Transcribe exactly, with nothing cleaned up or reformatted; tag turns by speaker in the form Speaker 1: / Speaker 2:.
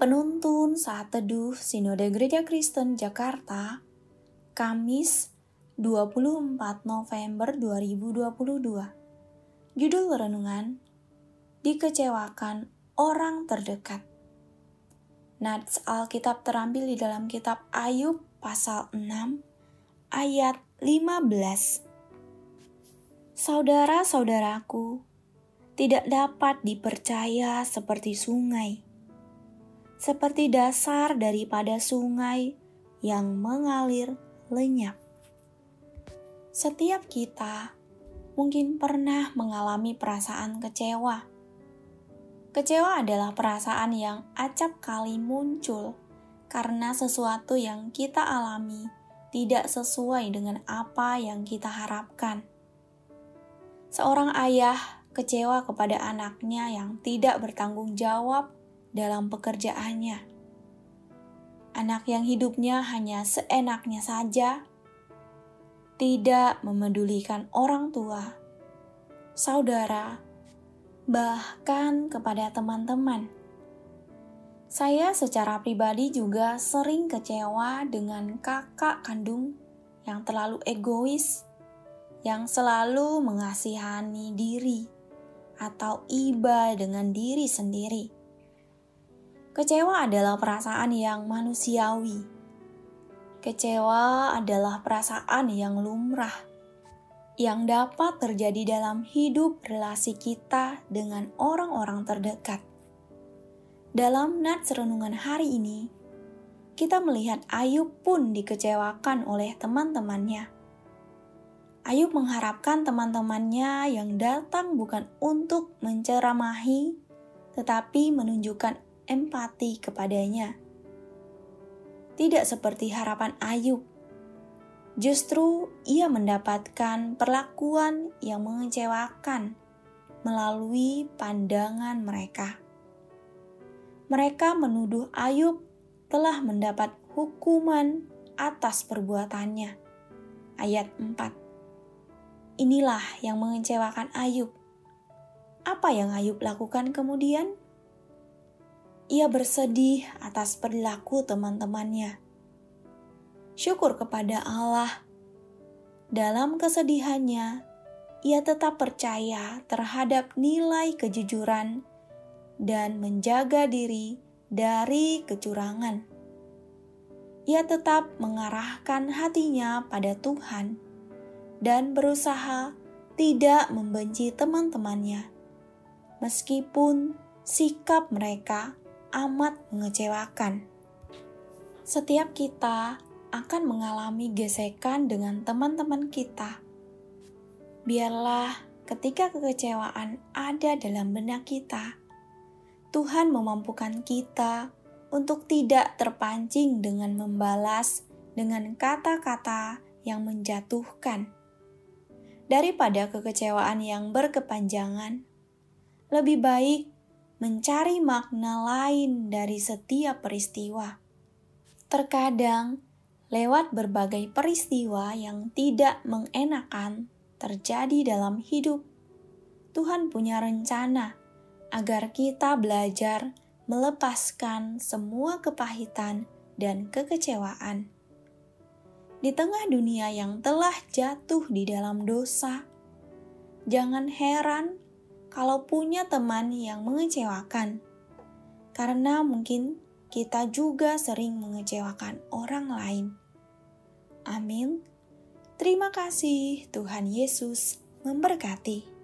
Speaker 1: Penuntun Saat Teduh Sinode Gereja Kristen Jakarta, Kamis dua puluh empat November dua ribu dua puluh dua. Judul renungan, Dikecewakan Orang Terdekat. Nats Alkitab terambil di dalam kitab Ayub pasal enam ayat lima belas. Saudara-saudaraku, tidak dapat dipercaya seperti sungai, seperti dasar daripada sungai yang mengalir lenyap. Setiap kita mungkin pernah mengalami perasaan kecewa. Kecewa adalah perasaan yang acap kali muncul karena sesuatu yang kita alami tidak sesuai dengan apa yang kita harapkan. Seorang ayah kecewa kepada anaknya yang tidak bertanggung jawab dalam pekerjaannya. Anak yang hidupnya hanya seenaknya saja, tidak memedulikan orang tua, saudara, bahkan kepada teman-teman. Saya secara pribadi juga sering kecewa dengan kakak kandung yang terlalu egois, yang selalu mengasihani diri atau iba dengan diri sendiri. Kecewa adalah perasaan yang manusiawi. Kecewa adalah perasaan yang lumrah, yang dapat terjadi dalam hidup relasi kita dengan orang-orang terdekat. Dalam nats renungan hari ini, kita melihat Ayub pun dikecewakan oleh teman-temannya. Ayub mengharapkan teman-temannya yang datang bukan untuk menceramahi, tetapi menunjukkan empati kepadanya. Tidak seperti harapan Ayub. Justru ia mendapatkan perlakuan yang mengecewakan melalui pandangan mereka. Mereka menuduh Ayub telah mendapat hukuman atas perbuatannya. Ayat empat. Inilah yang mengecewakan Ayub. Apa yang Ayub lakukan kemudian? Ia bersedih atas perilaku teman-temannya. Syukur kepada Allah. Dalam kesedihannya, ia tetap percaya terhadap nilai kejujuran dan menjaga diri dari kecurangan. Ia tetap mengarahkan hatinya pada Tuhan dan berusaha tidak membenci teman-temannya, meskipun sikap mereka amat mengecewakan. Setiap kita akan mengalami gesekan dengan teman-teman kita. Biarlah ketika kekecewaan ada dalam benak kita, Tuhan memampukan kita untuk tidak terpancing dengan membalas dengan kata-kata yang menjatuhkan. Daripada kekecewaan yang berkepanjangan, lebih baik mencari makna lain dari setiap peristiwa. Terkadang, lewat berbagai peristiwa yang tidak mengenakan terjadi dalam hidup, Tuhan punya rencana agar kita belajar melepaskan semua kepahitan dan kekecewaan. Di tengah dunia yang telah jatuh di dalam dosa, jangan heran kalau punya teman yang mengecewakan, karena mungkin kita juga sering mengecewakan orang lain. Amin. Terima kasih, Tuhan Yesus memberkati.